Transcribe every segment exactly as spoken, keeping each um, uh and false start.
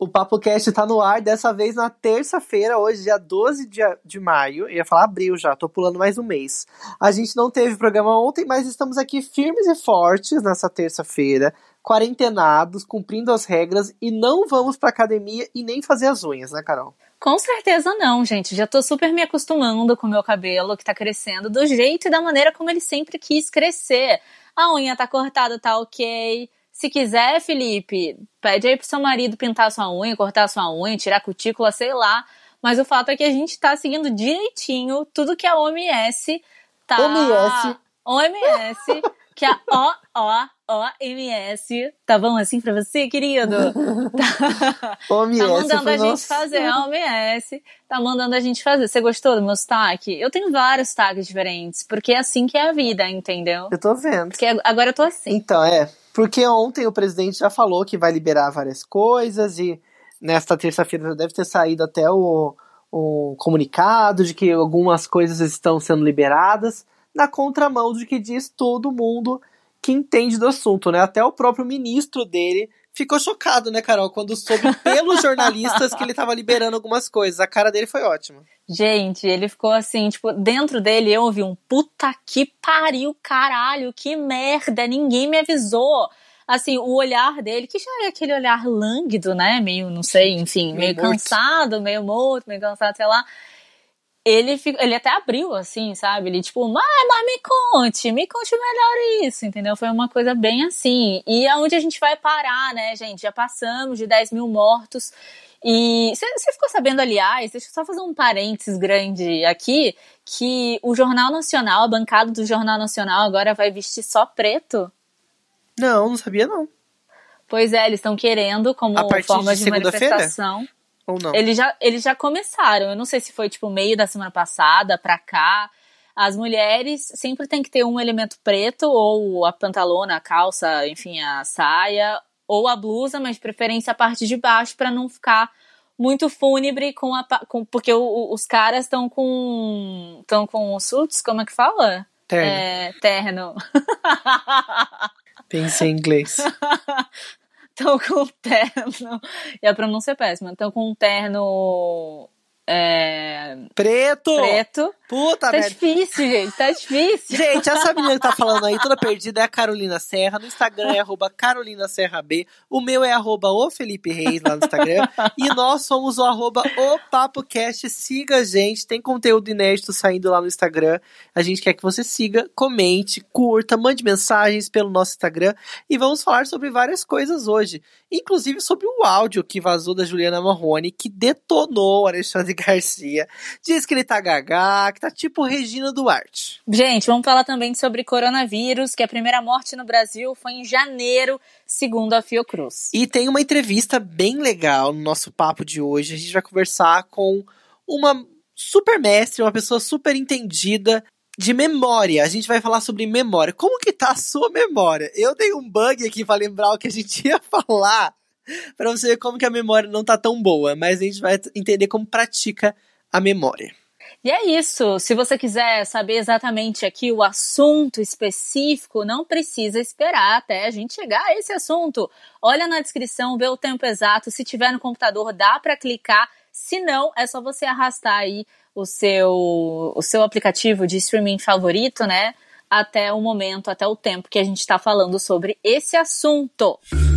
O PapoCast tá no ar, dessa vez na terça-feira, hoje, dia doze de maio. Eu ia falar abril já, tô pulando mais um mês. A gente não teve programa ontem, mas estamos aqui firmes e fortes nessa terça-feira, quarentenados, cumprindo as regras, e não vamos pra academia e nem fazer as unhas, né, Carol? Com certeza não, gente. Já tô super me acostumando com o meu cabelo, que tá crescendo do jeito e da maneira como ele sempre quis crescer. A unha tá cortada, tá ok. Se quiser, Felipe, pede aí pro seu marido pintar sua unha, cortar sua unha, tirar a cutícula, sei lá. Mas o fato é que a gente tá seguindo direitinho tudo que a O M S tá... O M S. O M S, que a O, O, O M S, tá bom assim pra você, querido? Tá, O M S tá mandando a gente nosso... fazer, a O M S tá mandando a gente fazer. Você gostou do meu sotaque? Eu tenho vários sotaques diferentes, porque é assim que é a vida, entendeu? Eu tô vendo. Porque agora eu tô assim. Então, é... Porque ontem o presidente já falou que vai liberar várias coisas e nesta terça-feira já deve ter saído até o, o comunicado de que algumas coisas estão sendo liberadas na contramão de que diz todo mundo que entende do assunto, né? Até o próprio ministro dele ficou chocado, né, Carol? Quando soube pelos jornalistas que ele tava liberando algumas coisas. A cara dele foi ótima. Gente, ele ficou assim, tipo, dentro dele eu ouvi um puta que pariu, caralho, que merda, ninguém me avisou. Assim, o olhar dele, que já é aquele olhar lânguido, né, meio, não sei, enfim, meio, meio cansado, meio morto, meio cansado, sei lá. Ele, fico, ele até abriu, assim, sabe? Ele, tipo, mas, mas me conte, me conte melhor isso, entendeu? Foi uma coisa bem assim. E aonde a gente vai parar, né, gente? Já passamos de dez mil mortos. E você ficou sabendo, aliás, deixa eu só fazer um parênteses grande aqui, que o Jornal Nacional, a bancada do Jornal Nacional agora vai vestir só preto? Não, não sabia não. Pois é, eles estão querendo como forma de, de manifestação. Ou não? Eles já, eles já começaram, eu não sei se foi tipo meio da semana passada pra cá. As mulheres sempre tem que ter um elemento preto, ou a pantalona, a calça, enfim, a saia, ou a blusa, mas de preferência a parte de baixo pra não ficar muito fúnebre com a, com, porque o, os caras estão com estão com suits, como é que fala? Terno. É, terno. Pensei em inglês. Estão com um terno. E a pronúncia é péssima. Estão com um terno. É... Preto! Preto. Puta tá merda. Tá difícil, gente. Tá difícil. Gente, essa menina que tá falando aí, toda perdida, é a Carolina Serra. No Instagram é arroba Carolina Serra B. O meu é arroba o Felipe Reis lá no Instagram. E nós somos o arroba o PapoCast. Siga a gente. Tem conteúdo inédito saindo lá no Instagram. A gente quer que você siga, comente, curta, mande mensagens pelo nosso Instagram. E vamos falar sobre várias coisas hoje. Inclusive sobre o áudio que vazou da Juliana Marrone, que detonou o Alexandre Garcia. Diz que ele tá gaga, que tá tipo Regina Duarte. Gente, vamos falar também sobre coronavírus, que a primeira morte no Brasil foi em janeiro, segundo a Fiocruz. E tem uma entrevista bem legal no nosso papo de hoje. A gente vai conversar com uma super mestre, uma pessoa super entendida de memória. A gente vai falar sobre memória. Como que tá a sua memória? Eu dei um bug aqui pra lembrar o que a gente ia falar, pra você ver como que a memória não tá tão boa, mas a gente vai entender como pratica a memória. E é isso, se você quiser saber exatamente aqui o assunto específico, não precisa esperar até a gente chegar a esse assunto. Olha na descrição, vê o tempo exato, se tiver no computador dá para clicar, se não, é só você arrastar aí o seu, o seu aplicativo de streaming favorito, né, até o momento, até o tempo que a gente está falando sobre esse assunto.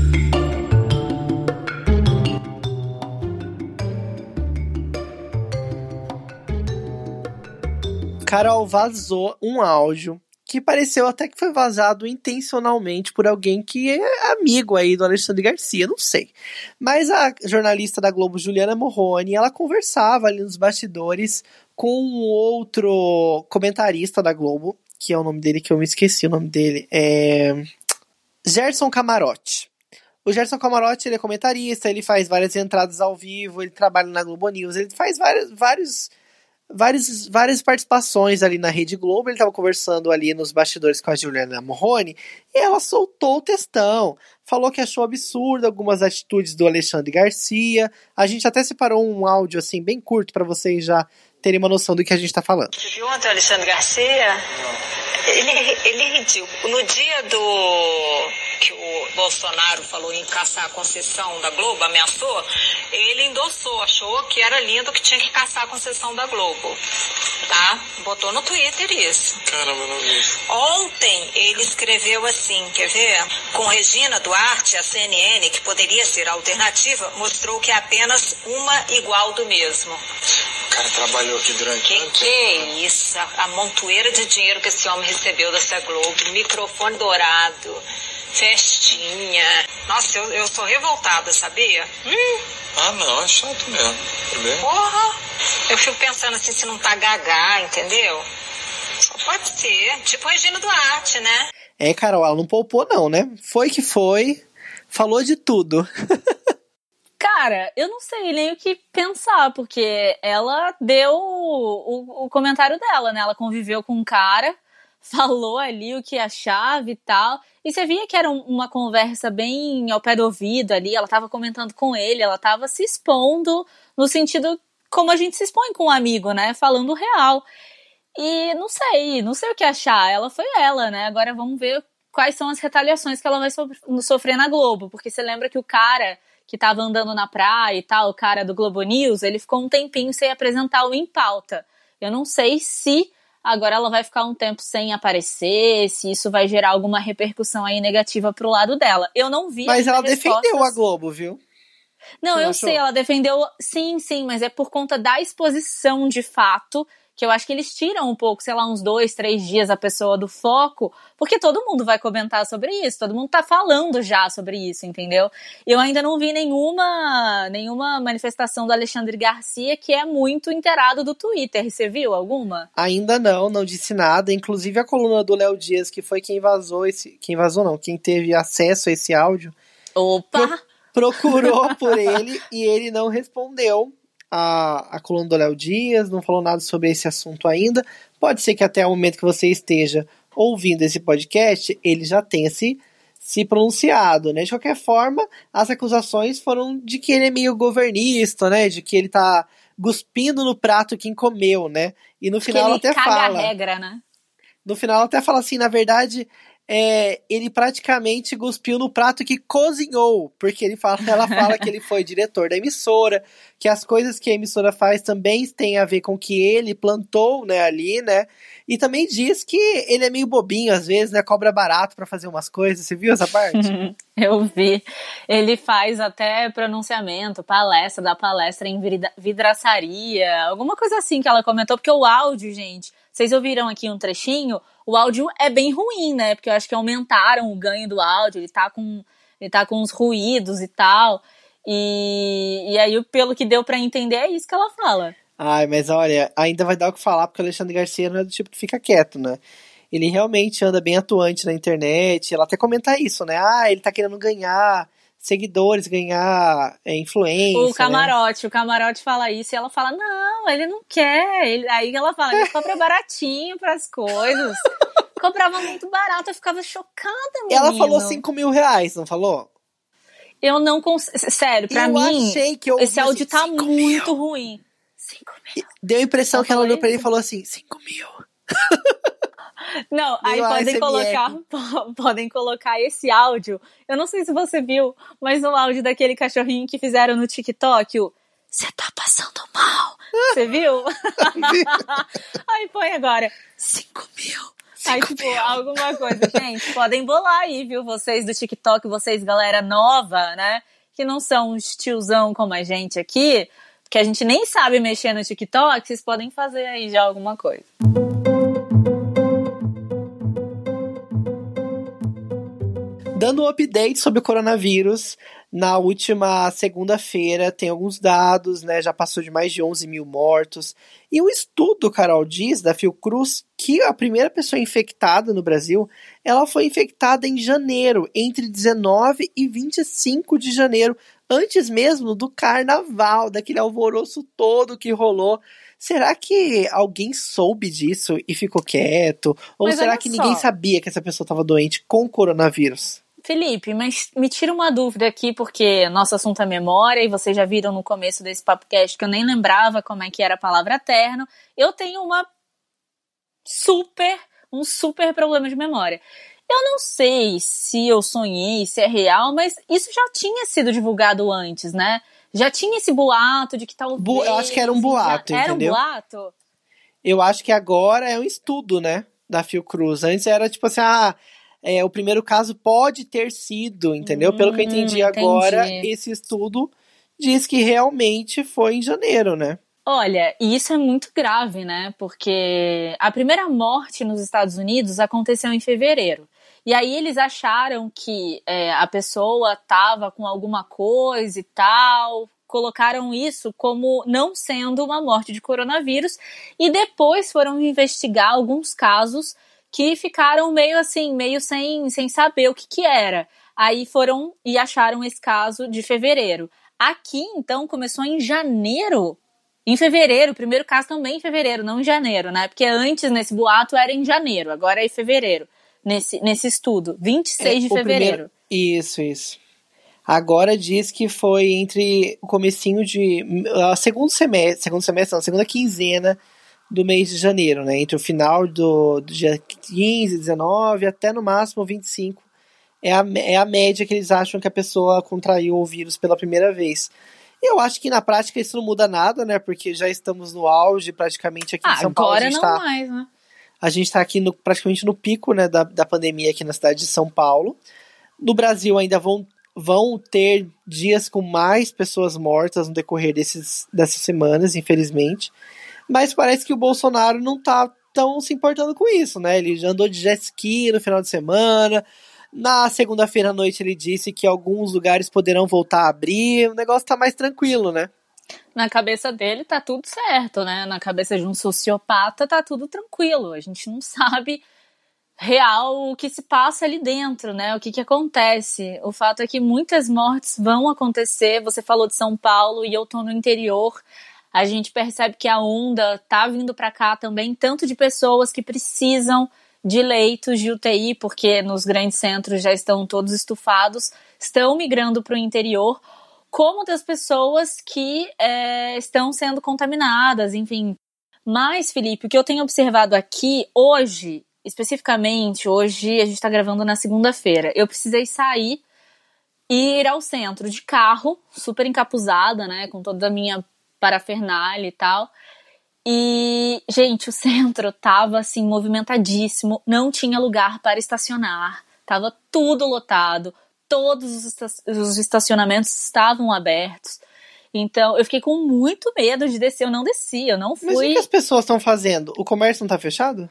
Carol, vazou um áudio que pareceu até que foi vazado intencionalmente por alguém que é amigo aí do Alexandre Garcia, não sei. Mas a jornalista da Globo, Juliana Marrone, ela conversava ali nos bastidores com um outro comentarista da Globo, que é o nome dele, que eu me esqueci o nome dele, é Gerson Camarote. O Gerson Camarote, ele é comentarista, ele faz várias entradas ao vivo, ele trabalha na Globo News, ele faz vários... vários Várias, várias participações ali na Rede Globo. Ele estava conversando ali nos bastidores com a Juliana Marrone e ela soltou o textão, falou que achou absurdo algumas atitudes do Alexandre Garcia. A gente até separou um áudio assim bem curto para vocês já terem uma noção do que a gente está falando. Você viu ontem o Alexandre Garcia? Ele, ele é ridículo. No dia do que o Bolsonaro falou em caçar a concessão da Globo, ameaçou, ele endossou, achou que era lindo, que tinha que caçar a concessão da Globo, tá? Botou no Twitter isso. Caramba, não vi isso. Ontem ele escreveu assim, quer ver? Com Regina Duarte, a C N N, que poderia ser a alternativa, mostrou que é apenas uma igual do mesmo. O cara trabalhou aqui durante Que tanto que é isso? A, a montoeira de dinheiro que esse homem recebeu dessa Globo, microfone dourado, festinha. Nossa, eu, eu sou revoltada, sabia? Hum. Ah, não, é chato mesmo. É mesmo? Porra! Eu fico pensando assim, se não tá gagá, entendeu? Pode ser, tipo Regina Duarte, né? É, Carol, ela não poupou não, né? Foi que foi, falou de tudo. Cara, eu não sei nem o que pensar, porque ela deu o, o, o comentário dela, né? Ela conviveu com um cara, falou ali o que achava e tal. E você via que era um, uma conversa bem ao pé do ouvido ali, ela tava comentando com ele, ela tava se expondo no sentido como a gente se expõe com um amigo, né? Falando real. E não sei, não sei o que achar. Ela foi ela, né? Agora vamos ver quais são as retaliações que ela vai so- sofrer na Globo. Porque você lembra que o cara que tava andando na praia e tal, o cara do Globo News, ele ficou um tempinho sem apresentar o Em Pauta. Eu não sei se agora ela vai ficar um tempo sem aparecer, se isso vai gerar alguma repercussão aí negativa pro lado dela. Eu não vi. Mas ela respostas. defendeu a Globo, viu? Não, Você eu não sei, achou? ela defendeu, sim, sim, mas é por conta da exposição de fato, que eu acho que eles tiram um pouco, sei lá, uns dois, três dias a pessoa do foco, porque todo mundo vai comentar sobre isso, todo mundo tá falando já sobre isso, entendeu? Eu ainda não vi nenhuma, nenhuma manifestação do Alexandre Garcia, que é muito inteirado do Twitter, você viu alguma? Ainda não, não disse nada. Inclusive a coluna do Léo Dias, que foi quem vazou esse... Quem vazou não, quem teve acesso a esse áudio... Opa! Pro, procurou por ele e ele não respondeu a, a coluna do Léo Dias, não falou nada sobre esse assunto ainda. Pode ser que até o momento que você esteja ouvindo esse podcast, ele já tenha se, se pronunciado, né? De qualquer forma, as acusações foram de que ele é meio governista, né? De que ele tá cuspindo no prato quem comeu, né? E no Que final ele ela até caga fala... a regra, né? No final ela até fala assim, na verdade... É, ele praticamente cuspiu no prato que cozinhou, porque ele fala, ela fala que ele foi diretor da emissora, que as coisas que a emissora faz também têm a ver com o que ele plantou, né, ali, né, e também diz que ele é meio bobinho às vezes, né, cobra barato pra fazer umas coisas, você viu essa parte? Eu vi, ele faz até pronunciamento, palestra, dá palestra em vidra- vidraçaria, alguma coisa assim que ela comentou, porque o áudio, gente, vocês ouviram aqui um trechinho, o áudio é bem ruim, né? Porque eu acho que aumentaram o ganho do áudio, ele tá com, ele tá com uns ruídos e tal. E, e aí, pelo que deu pra entender, é isso que ela fala. Ai, mas olha, ainda vai dar o que falar, porque o Alexandre Garcia não é do tipo que fica quieto, né? Ele realmente anda bem atuante na internet, ela até comenta isso, né? Ah, ele tá querendo ganhar seguidores, ganhar é, influência, O camarote, né? o camarote fala isso e ela fala, não, ele não quer. Ele, aí ela fala, ele cobra baratinho pras coisas. Cobrava muito barato, eu ficava chocada, menino. Ela falou cinco mil reais, não falou? Eu não consigo, sério, pra eu mim, achei que eu esse áudio assim, tá muito mil. ruim. cinco mil. Deu a impressão Ela que ela falou olhou pra ele e isso? falou assim, cinco mil. Não, aí Meio podem A S M R. colocar, podem colocar esse áudio. Eu não sei se você viu, mas o áudio daquele cachorrinho que fizeram no TikTok, o "Você tá passando mal". Você viu? Aí põe agora, cinco mil. Aí, Cinco tipo, mil. alguma coisa. Gente, podem bolar aí, viu? Vocês do TikTok, vocês, galera nova, né? Que não são uns tiozão como a gente aqui, que a gente nem sabe mexer no TikTok, vocês podem fazer aí já alguma coisa. Dando um update sobre o coronavírus, na última segunda-feira tem alguns dados, né? Já passou de mais de onze mil mortos. E um estudo, Carol, diz, da Fiocruz, que a primeira pessoa infectada no Brasil, ela foi infectada em janeiro, entre dezenove e vinte e cinco de janeiro, antes mesmo do carnaval, daquele alvoroço todo que rolou. Será que alguém soube disso e ficou quieto? Ou Mas será olha que só. ninguém sabia que essa pessoa estava doente com coronavírus? Felipe, mas me tira uma dúvida aqui, porque nosso assunto é memória, e vocês já viram no começo desse podcast que eu nem lembrava como é que era a palavra terno. Eu tenho uma super, um super problema de memória. Eu não sei se eu sonhei, se é real, mas isso já tinha sido divulgado antes, né? Já tinha esse boato de que talvez... Bu- eu acho que era um boato, já... entendeu? Era um boato? Eu acho que agora é um estudo, né, da Fiocruz. Antes era tipo assim, ah, é, o primeiro caso pode ter sido, entendeu? Hum, Pelo que eu entendi, entendi agora, esse estudo diz que realmente foi em janeiro, né? Olha, e isso é muito grave, né? Porque a primeira morte nos Estados Unidos aconteceu em fevereiro. E aí eles acharam que é, a pessoa estava com alguma coisa e tal, colocaram isso como não sendo uma morte de coronavírus, e depois foram investigar alguns casos que ficaram meio assim, meio sem, sem saber o que que era. Aí foram e acharam esse caso de fevereiro. Aqui, então, começou em janeiro. Em fevereiro, o primeiro caso também em fevereiro, não em janeiro, né? Porque antes, nesse boato, era em janeiro, agora é em fevereiro, nesse, nesse estudo, vinte e seis É, de o fevereiro. primeiro- Isso, isso. Agora diz que foi entre o comecinho de... Uh, segundo semestre, segundo semestre não, segunda quinzena do mês de janeiro, né? Entre o final do, do dia quinze, dezenove, até no máximo vinte e cinco. É a, é a média que eles acham que a pessoa contraiu o vírus pela primeira vez. Eu acho que na prática isso não muda nada, né? Porque já estamos no auge, praticamente aqui Ah, em São Paulo. A agora gente não tá, mais, né? a gente tá aqui no, praticamente no pico, né, da, da pandemia aqui na cidade de São Paulo. No Brasil ainda vão, vão ter dias com mais pessoas mortas no decorrer desses, dessas semanas, infelizmente. Mas parece que o Bolsonaro não tá tão se importando com isso, né? Ele já andou de jet ski no final de semana. Na segunda-feira à noite ele disse que alguns lugares poderão voltar a abrir. O negócio tá mais tranquilo, né? Na cabeça dele tá tudo certo, né? Na cabeça de um sociopata tá tudo tranquilo. A gente não sabe real o que se passa ali dentro, né? O que que acontece. O fato é que muitas mortes vão acontecer. Você falou de São Paulo e eu tô no interior. A gente percebe que a onda tá vindo pra cá também, tanto de pessoas que precisam de leitos de U T I, porque nos grandes centros já estão todos estufados, estão migrando para o interior, como das pessoas que é, estão sendo contaminadas, enfim. Mas, Felipe, o que eu tenho observado aqui, hoje, especificamente, hoje a gente está gravando na segunda-feira, eu precisei sair e ir ao centro de carro, super encapuzada, né, com toda a minha parafernália e tal. E, gente, o centro tava, assim, movimentadíssimo, não tinha lugar para estacionar, tava tudo lotado, todos os, esta- os estacionamentos estavam abertos. Então, eu fiquei com muito medo de descer, eu não desci, eu não Mas o fui. que as pessoas estão fazendo? O comércio não tá fechado?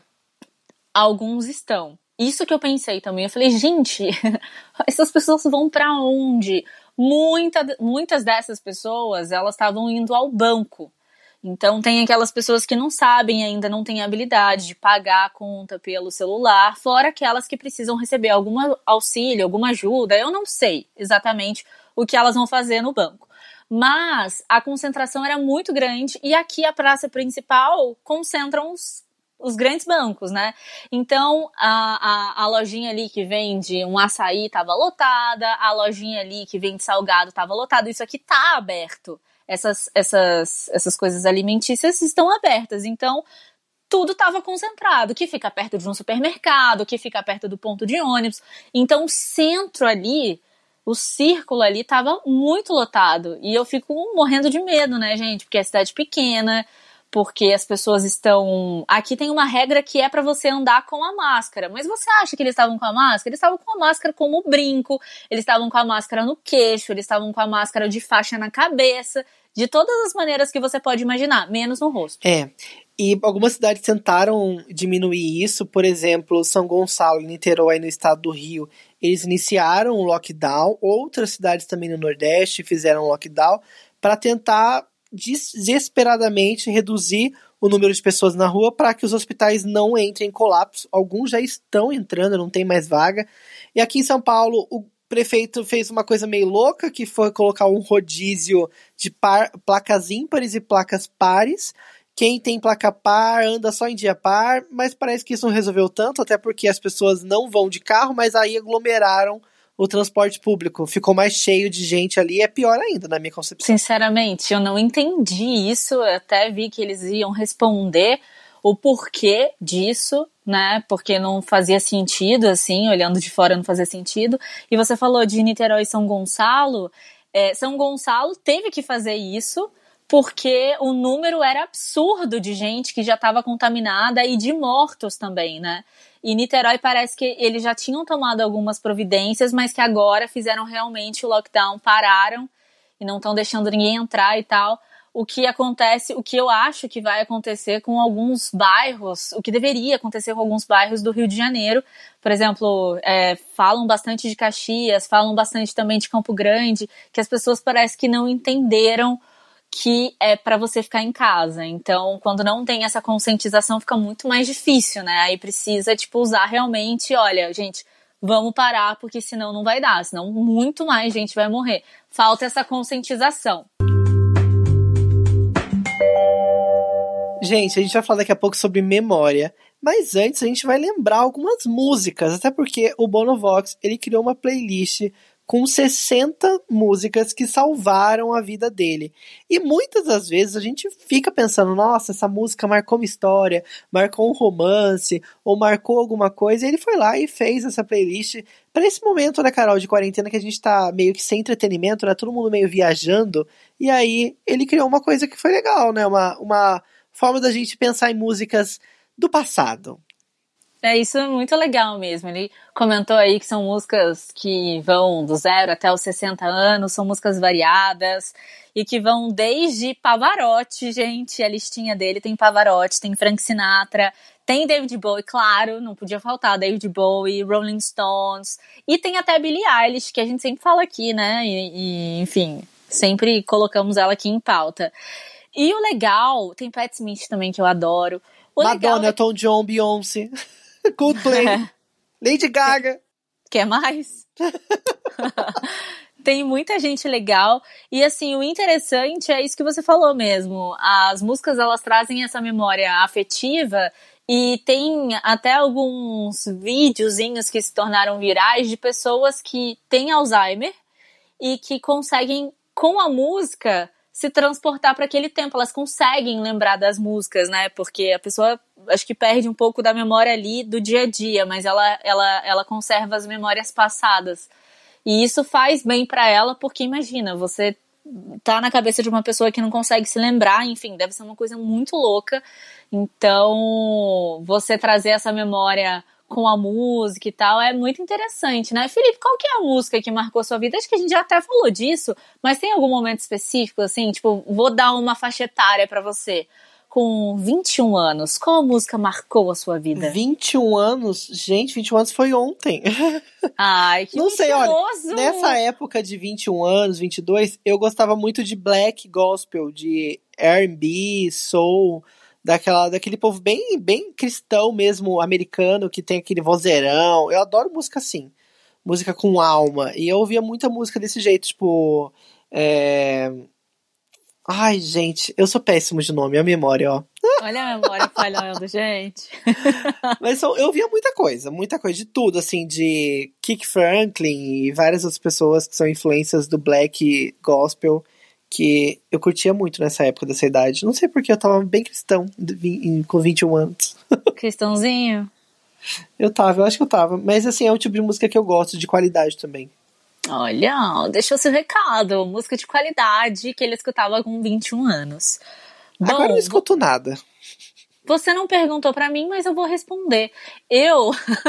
Alguns estão. Isso que eu pensei também, eu falei, gente, essas pessoas vão pra onde? Muita, muitas dessas pessoas, elas estavam indo ao banco. Então tem aquelas pessoas que não sabem ainda, não têm habilidade de pagar a conta pelo celular, fora aquelas que precisam receber algum auxílio, alguma ajuda. Eu não sei exatamente o que elas vão fazer no banco. Mas a concentração era muito grande e aqui a praça principal concentram os, os grandes bancos, né? Então a, a, a lojinha ali que vende um açaí estava lotada, a lojinha ali que vende salgado estava lotada, isso aqui tá aberto. Essas, essas, essas coisas alimentícias estão abertas, então tudo estava concentrado, que fica perto de um supermercado, que fica perto do ponto de ônibus, então o centro ali, o círculo ali estava muito lotado, e eu fico morrendo de medo, né, gente, porque é cidade pequena, porque as pessoas estão... Aqui tem uma regra que é para você andar com a máscara. Mas você acha que eles estavam com a máscara? Eles estavam com a máscara como brinco, eles estavam com a máscara no queixo, eles estavam com a máscara de faixa na cabeça, de todas as maneiras que você pode imaginar, menos no rosto. É. E algumas cidades tentaram diminuir isso. Por exemplo, São Gonçalo e Niterói, no estado do Rio, eles iniciaram o lockdown. Outras cidades também no Nordeste fizeram lockdown para tentar desesperadamente reduzir o número de pessoas na rua para que os hospitais não entrem em colapso. Alguns já estão entrando, não tem mais vaga. E aqui em São Paulo, o prefeito fez uma coisa meio louca, que foi colocar um rodízio de par, placas ímpares e placas pares. Quem tem placa par anda só em dia par, mas parece que isso não resolveu tanto, até porque as pessoas não vão de carro, mas aí aglomeraram o transporte público. Ficou mais cheio de gente ali, é pior ainda, na minha concepção. Sinceramente, eu não entendi isso, eu até vi que eles iam responder o porquê disso, né? Porque não fazia sentido, assim, olhando de fora não fazia sentido. E você falou de Niterói e São Gonçalo. É, São Gonçalo teve que fazer isso porque o número era absurdo de gente que já estava contaminada e de mortos também, né? E Niterói parece que eles já tinham tomado algumas providências, mas que agora fizeram realmente o lockdown, pararam e não estão deixando ninguém entrar e tal. O que acontece, o que eu acho que vai acontecer com alguns bairros, o que deveria acontecer com alguns bairros do Rio de Janeiro. Por exemplo, é, falam bastante de Caxias, falam bastante também de Campo Grande, que as pessoas parece que não entenderam que é para você ficar em casa. Então, quando não tem essa conscientização, fica muito mais difícil, né? Aí precisa, tipo, usar realmente, olha, gente, vamos parar, porque senão não vai dar, senão muito mais gente vai morrer. Falta essa conscientização. Gente, a gente vai falar daqui a pouco sobre memória, mas antes a gente vai lembrar algumas músicas, até porque o Bonovox, ele criou uma playlist com sessenta músicas que salvaram a vida dele. E muitas das vezes a gente fica pensando, nossa, essa música marcou uma história, marcou um romance, ou marcou alguma coisa, e ele foi lá e fez essa playlist para esse momento, né, Carol, de quarentena, que a gente tá meio que sem entretenimento, né, todo mundo meio viajando, e aí ele criou uma coisa que foi legal, né, uma, uma forma da gente pensar em músicas do passado. É, isso é muito legal mesmo. Ele comentou aí que são músicas que vão do zero até os sessenta anos, são músicas variadas e que vão desde Pavarotti, gente, a listinha dele tem Pavarotti, tem Frank Sinatra, tem David Bowie, claro, não podia faltar David Bowie, Rolling Stones, e tem até Billie Eilish, que a gente sempre fala aqui, né, e, e enfim, sempre colocamos ela aqui em pauta. E o legal, tem Pat Smith também, que eu adoro. O Madonna, legal... Tom John, Beyoncé, Coldplay, É. Lady Gaga. Quer mais? Tem muita gente legal. E assim, o interessante é isso que você falou mesmo. As músicas, elas trazem essa memória afetiva. E tem até alguns videozinhos que se tornaram virais de pessoas que têm Alzheimer e que conseguem, com a música, se transportar para aquele tempo. Elas conseguem lembrar das músicas, né? Porque a pessoa, acho que perde um pouco da memória ali do dia a dia, mas ela, ela, ela conserva as memórias passadas. E isso faz bem para ela, porque imagina, você tá na cabeça de uma pessoa que não consegue se lembrar, enfim, deve ser uma coisa muito louca. Então, você trazer essa memória com a música e tal é muito interessante, né? Felipe, qual que é a música que marcou a sua vida? Acho que a gente já até falou disso, mas tem algum momento específico, assim? Tipo, vou dar uma faixa etária pra você. Com vinte e um anos, qual música marcou a sua vida? vinte e um anos? Gente, vinte e um anos foi ontem. Ai, que Não sei, mentiroso. olha, nessa época de vinte e um anos, vinte e dois, eu gostava muito de black gospel, de R and B, soul, daquela, daquele povo bem, bem cristão mesmo, americano, que tem aquele vozeirão. Eu adoro música assim, música com alma. E eu ouvia muita música desse jeito, tipo... É... Ai, gente, eu sou péssimo de nome, a memória, ó. Olha a memória falhando, gente. Mas eu via muita coisa, muita coisa, de tudo, assim, de Kirk Franklin e várias outras pessoas que são influências do black gospel, que eu curtia muito nessa época dessa idade. Não sei porque eu tava bem cristão com vinte e um anos. Cristãozinho? Eu tava, eu acho que eu tava. Mas assim, é o tipo de música que eu gosto, de qualidade também. Olha, deixou seu recado. Música de qualidade que ele escutava com vinte e um anos. Bom, agora eu não escuto nada. Você não perguntou pra mim, mas eu vou responder. Eu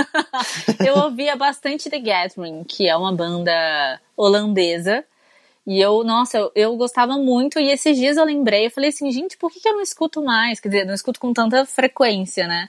eu ouvia bastante The Gathering, que é uma banda holandesa. E eu, nossa, eu, eu gostava muito. E esses dias eu lembrei, eu falei assim, gente, por que, que eu não escuto mais? Quer dizer, não escuto com tanta frequência, né?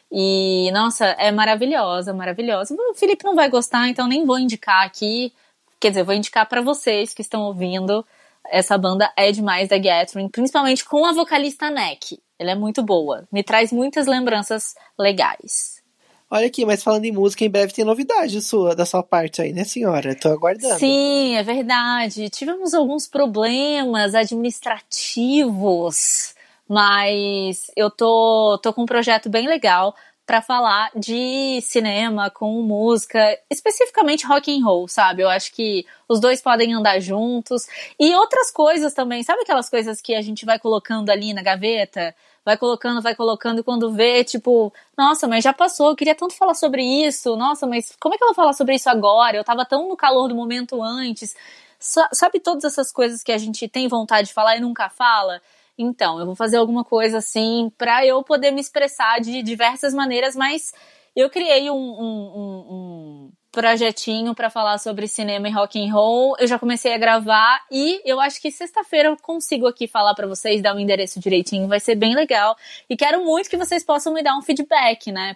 E, nossa, é maravilhosa, maravilhosa. O Felipe não vai gostar, então nem vou indicar aqui. Quer dizer, vou indicar pra vocês que estão ouvindo. Essa banda é demais, The Gathering, principalmente com a vocalista Neck. Ela é muito boa, me traz muitas lembranças legais. Olha aqui, mas falando em música, em breve tem novidade sua, da sua parte aí, né, senhora? Tô aguardando. Sim, é verdade. Tivemos alguns problemas administrativos, mas eu tô, tô com um projeto bem legal pra falar de cinema com música, especificamente rock and roll, sabe? Eu acho que os dois podem andar juntos. E outras coisas também, sabe aquelas coisas que a gente vai colocando ali na gaveta? Vai colocando, vai colocando, e quando vê, tipo, nossa, mas já passou, eu queria tanto falar sobre isso, nossa, mas como é que eu vou falar sobre isso agora? Eu tava tão no calor do momento antes. Sabe todas essas coisas que a gente tem vontade de falar e nunca fala? Então, eu vou fazer alguma coisa assim pra eu poder me expressar de diversas maneiras, mas eu criei um, um, um, um projetinho pra falar sobre cinema e rock and roll. Eu já comecei a gravar e eu acho que sexta-feira eu consigo aqui falar pra vocês, dar o endereço direitinho, vai ser bem legal. E quero muito que vocês possam me dar um feedback, né?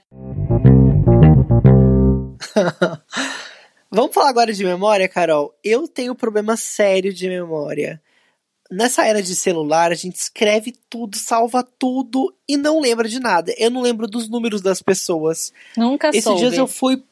Vamos falar agora de memória, Carol? Eu tenho problema sério de memória. Nessa era de celular, a gente escreve tudo, salva tudo e não lembra de nada. Eu não lembro dos números das pessoas. Nunca Esses soube. dias eu fui...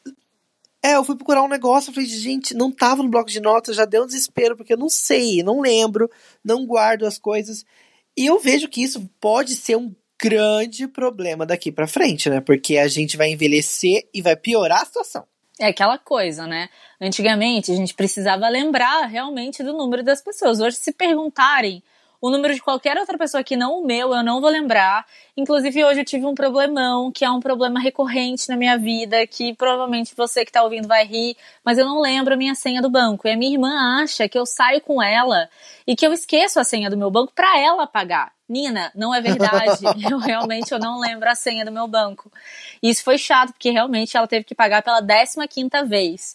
É, eu fui procurar um negócio, eu falei, gente, não tava no bloco de notas, já deu um desespero, porque eu não sei, não lembro, não guardo as coisas. E eu vejo que isso pode ser um grande problema daqui pra frente, né? Porque a gente vai envelhecer e vai piorar a situação. É aquela coisa, né? Antigamente a gente precisava lembrar realmente do número das pessoas. Hoje, se perguntarem o número de qualquer outra pessoa que não o meu, eu não vou lembrar. Inclusive, hoje eu tive um problemão, que é um problema recorrente na minha vida, que provavelmente você que tá ouvindo vai rir, mas eu não lembro a minha senha do banco. E a minha irmã acha que eu saio com ela e que eu esqueço a senha do meu banco pra ela pagar. Nina, não é verdade. Eu realmente eu não lembro a senha do meu banco. E isso foi chato, porque realmente ela teve que pagar pela décima quinta vez.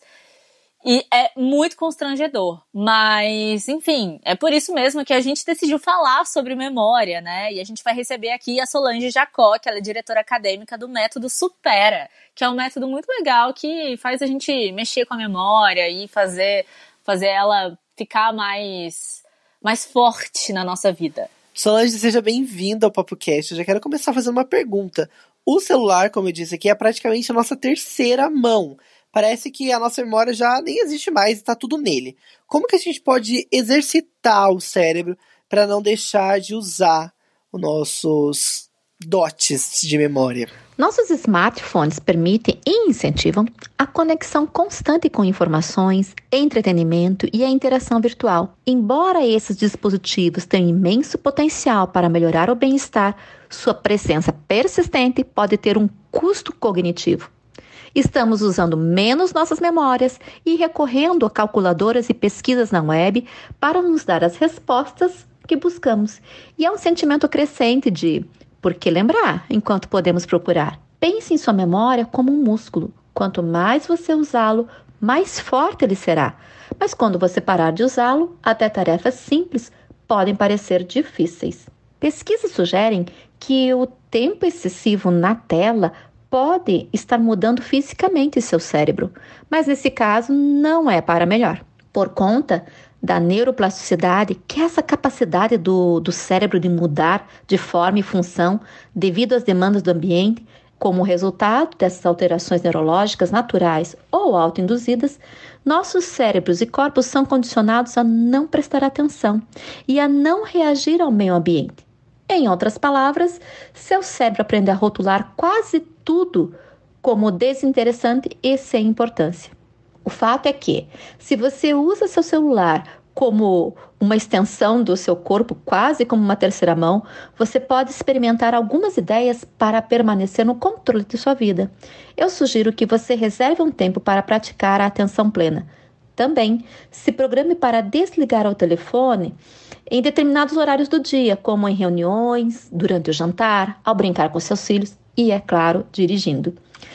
E é muito constrangedor. Mas, enfim, é por isso mesmo que a gente decidiu falar sobre memória, né? E a gente vai receber aqui a Solange Jacó, que ela é diretora acadêmica do Método Supera, que é um método muito legal que faz a gente mexer com a memória e fazer, fazer ela ficar mais, mais forte na nossa vida. Solange, seja bem-vinda ao PapoCast. Eu já quero começar fazendo uma pergunta. O celular, como eu disse aqui, é praticamente a nossa terceira mão. Parece que a nossa memória já nem existe mais e tá tudo nele. Como que a gente pode exercitar o cérebro para não deixar de usar os nossos dotes de memória? Nossos smartphones permitem e incentivam a conexão constante com informações, entretenimento e a interação virtual. Embora esses dispositivos tenham imenso potencial para melhorar o bem-estar, sua presença persistente pode ter um custo cognitivo. Estamos usando menos nossas memórias e recorrendo a calculadoras e pesquisas na web para nos dar as respostas que buscamos. E é um sentimento crescente de por que lembrar enquanto podemos procurar. Pense em sua memória como um músculo. Quanto mais você usá-lo, mais forte ele será. Mas quando você parar de usá-lo, até tarefas simples podem parecer difíceis. Pesquisas sugerem que o tempo excessivo na tela pode estar mudando fisicamente seu cérebro, mas nesse caso não é para melhor. Por conta da neuroplasticidade, que é essa capacidade do, do cérebro de mudar de forma e função devido às demandas do ambiente, como resultado dessas alterações neurológicas naturais ou autoinduzidas, nossos cérebros e corpos são condicionados a não prestar atenção e a não reagir ao meio ambiente. Em outras palavras, seu cérebro aprende a rotular quase tudo como desinteressante e sem importância. O fato é que, se você usa seu celular como uma extensão do seu corpo, quase como uma terceira mão, você pode experimentar algumas ideias para permanecer no controle de sua vida. Eu sugiro que você reserve um tempo para praticar a atenção plena. Também, se programe para desligar o telefone em determinados horários do dia, como em reuniões, durante o jantar, ao brincar com seus filhos e, é claro, dirigindo.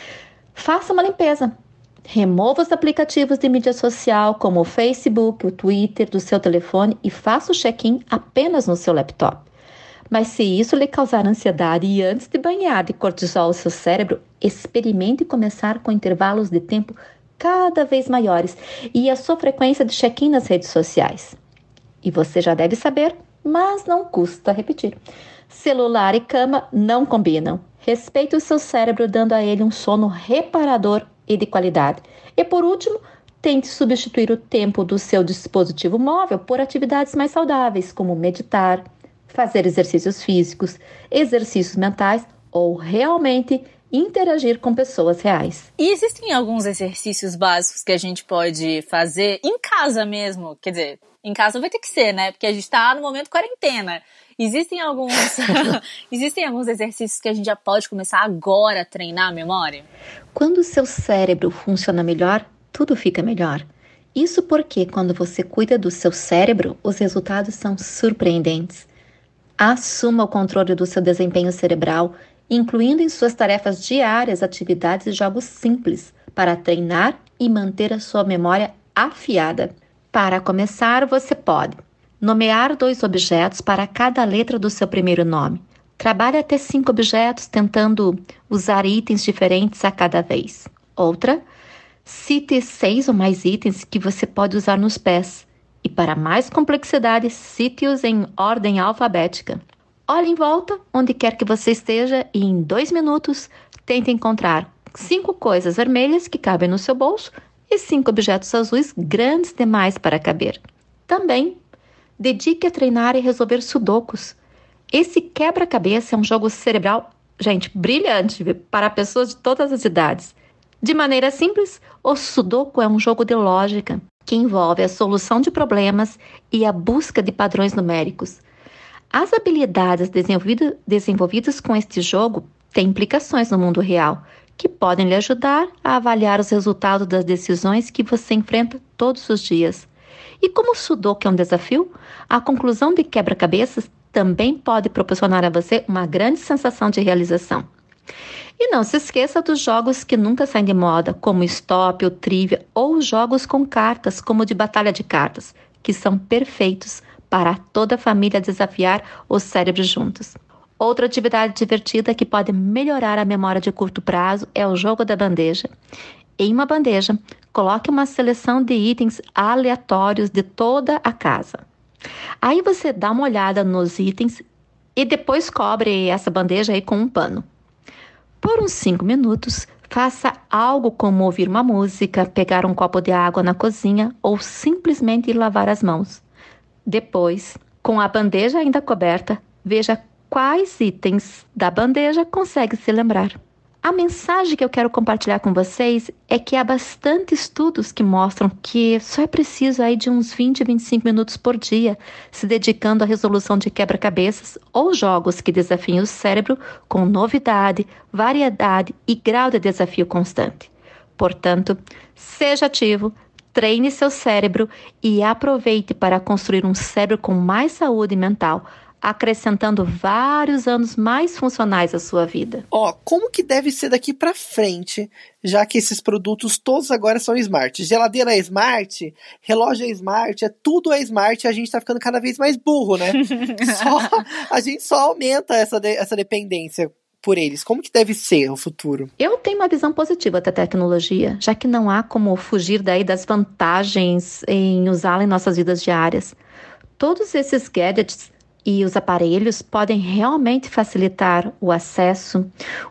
Faça uma limpeza. Remova os aplicativos de mídia social, como o Facebook, o Twitter, do seu telefone e faça o check-in apenas no seu laptop. Mas se isso lhe causar ansiedade e antes de banhar de cortisol o seu cérebro, experimente começar com intervalos de tempo cada vez maiores e a sua frequência de check-in nas redes sociais. E você já deve saber, mas não custa repetir. Celular e cama não combinam. Respeite o seu cérebro dando a ele um sono reparador e de qualidade. E por último, tente substituir o tempo do seu dispositivo móvel por atividades mais saudáveis, como meditar, fazer exercícios físicos, exercícios mentais ou realmente e interagir com pessoas reais. E existem alguns exercícios básicos que a gente pode fazer em casa mesmo, quer dizer, em casa vai ter que ser, né? Porque a gente tá no momento quarentena. Existem alguns, existem alguns exercícios que a gente já pode começar agora a treinar a memória? Quando o seu cérebro funciona melhor, tudo fica melhor. Isso porque quando você cuida do seu cérebro, os resultados são surpreendentes. Assuma o controle do seu desempenho cerebral, incluindo em suas tarefas diárias atividades e jogos simples, para treinar e manter a sua memória afiada. Para começar, você pode nomear dois objetos para cada letra do seu primeiro nome. Trabalhe até cinco objetos, tentando usar itens diferentes a cada vez. Outra, cite seis ou mais itens que você pode usar nos pés. E para mais complexidade, cite-os em ordem alfabética. Olhe em volta, onde quer que você esteja, e em dois minutos, tente encontrar cinco coisas vermelhas que cabem no seu bolso e cinco objetos azuis grandes demais para caber. Também, dedique a treinar e resolver sudokus. Esse quebra-cabeça é um jogo cerebral, gente, brilhante para pessoas de todas as idades. De maneira simples, o sudoku é um jogo de lógica que envolve a solução de problemas e a busca de padrões numéricos. As habilidades desenvolvidas, desenvolvidas com este jogo têm implicações no mundo real, que podem lhe ajudar a avaliar os resultados das decisões que você enfrenta todos os dias. E como o sudoku é um desafio, a conclusão de quebra-cabeças também pode proporcionar a você uma grande sensação de realização. E não se esqueça dos jogos que nunca saem de moda, como Stop, o Trivia, ou jogos com cartas, como o de Batalha de Cartas, que são perfeitos para toda a família desafiar os cérebros juntos. Outra atividade divertida que pode melhorar a memória de curto prazo é o jogo da bandeja. Em uma bandeja, coloque uma seleção de itens aleatórios de toda a casa. Aí você dá uma olhada nos itens e depois cobre essa bandeja aí com um pano. Por uns cinco minutos, faça algo como ouvir uma música, pegar um copo de água na cozinha ou simplesmente ir lavar as mãos. Depois, com a bandeja ainda coberta, veja quais itens da bandeja consegue se lembrar. A mensagem que eu quero compartilhar com vocês é que há bastante estudos que mostram que só é preciso aí de uns vinte a vinte e cinco minutos por dia se dedicando à resolução de quebra-cabeças ou jogos que desafiem o cérebro com novidade, variedade e grau de desafio constante. Portanto, seja ativo, treine seu cérebro e aproveite para construir um cérebro com mais saúde mental, acrescentando vários anos mais funcionais à sua vida. Ó, como que deve ser daqui pra frente, já que esses produtos todos agora são smart? Geladeira é smart, relógio é smart, é tudo é smart e a gente tá ficando cada vez mais burro, né? só, a gente só aumenta essa, de, essa dependência por eles. Como que deve ser o futuro? Eu tenho uma visão positiva da tecnologia, já que não há como fugir daí das vantagens em usá-la em nossas vidas diárias. Todos esses gadgets e os aparelhos podem realmente facilitar o acesso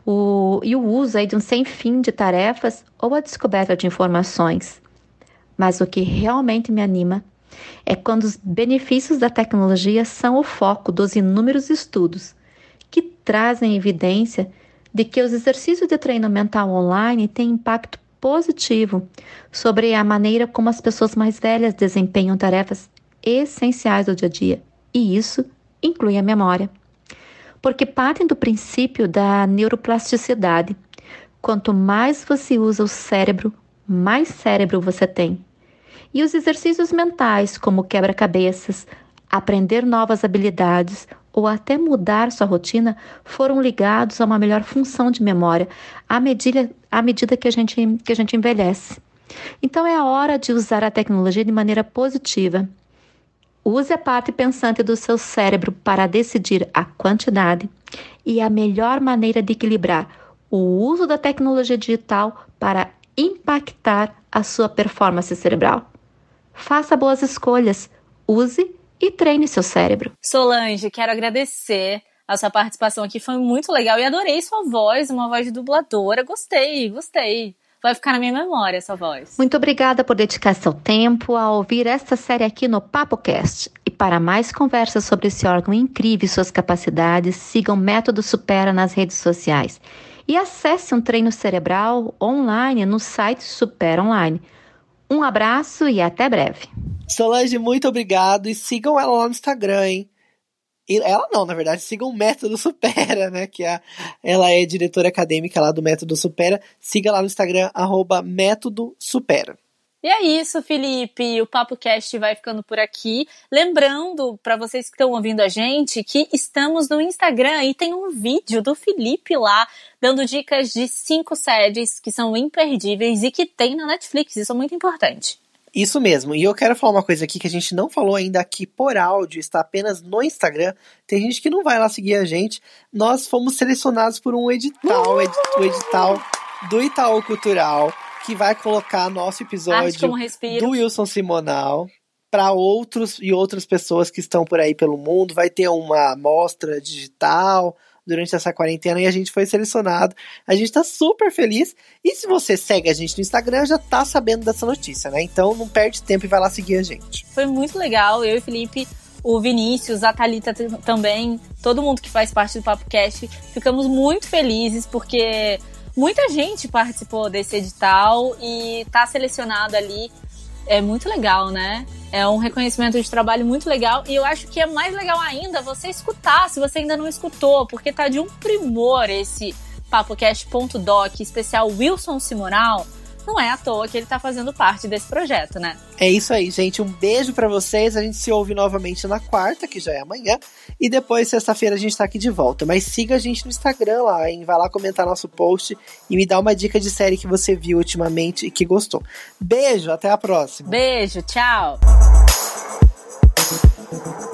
o, e o uso aí de um sem fim de tarefas ou a descoberta de informações. Mas o que realmente me anima é quando os benefícios da tecnologia são o foco dos inúmeros estudos que trazem evidência de que os exercícios de treino mental online têm impacto positivo sobre a maneira como as pessoas mais velhas desempenham tarefas essenciais do dia a dia. E isso inclui a memória, porque partem do princípio da neuroplasticidade. Quanto mais você usa o cérebro, mais cérebro você tem. E os exercícios mentais, como quebra-cabeças, aprender novas habilidades ou até mudar sua rotina, foram ligados a uma melhor função de memória à medida, à medida que a gente, que a gente envelhece. Então é a hora de usar a tecnologia de maneira positiva. Use a parte pensante do seu cérebro para decidir a quantidade e a melhor maneira de equilibrar o uso da tecnologia digital para impactar a sua performance cerebral. Faça boas escolhas, use e treine seu cérebro. Solange, quero agradecer a sua participação aqui, foi muito legal e adorei sua voz, uma voz de dubladora, gostei, gostei. Vai ficar na minha memória essa voz. Muito obrigada por dedicar seu tempo a ouvir esta série aqui no PapoCast. E para mais conversas sobre esse órgão incrível e suas capacidades, sigam o Método Supera nas redes sociais. e acesse um treino cerebral online no site Supera Online. Um abraço e até breve. Solange, muito obrigado e sigam ela lá no Instagram, hein? E ela não, na verdade, sigam o Método Supera, né? Que a, ela é diretora acadêmica lá do Método Supera. Siga lá no Instagram, arroba Método Supera. E é isso, Felipe. O PapoCast vai ficando por aqui. Lembrando, para vocês que estão ouvindo a gente, que estamos no Instagram e tem um vídeo do Felipe lá, dando dicas de cinco séries que são imperdíveis e que tem na Netflix. Isso é muito importante. Isso mesmo, e eu quero falar uma coisa aqui que a gente não falou ainda aqui por áudio, está apenas no Instagram. Tem gente que não vai lá seguir a gente. Nós fomos selecionados por um edital, uh! ed- o edital do Itaú Cultural, que vai colocar nosso episódio do Wilson Simonal para outros e outras pessoas que estão por aí pelo mundo. Vai ter uma amostra digital durante essa quarentena e a gente foi selecionado. A gente tá super feliz. E se você segue a gente no Instagram, já tá sabendo dessa notícia, né? Então não perde tempo e vai lá seguir a gente. Foi muito legal. Eu e o Felipe, o Vinícius, a Thalita t- também, todo mundo que faz parte do PapoCast, ficamos muito felizes porque muita gente participou desse edital e tá selecionado ali. É muito legal, né? É um reconhecimento de trabalho muito legal e eu acho que é mais legal ainda você escutar, se você ainda não escutou, porque tá de um primor esse PapoCast.doc especial Wilson Simonal. Não é à toa que ele tá fazendo parte desse projeto, né? É isso aí, gente. Um beijo pra vocês. A gente se ouve novamente na quarta, que já é amanhã. E depois, sexta-feira, a gente tá aqui de volta. Mas siga a gente no Instagram lá, hein? Vai lá comentar nosso post e me dá uma dica de série que você viu ultimamente e que gostou. Beijo, até a próxima. Beijo, tchau!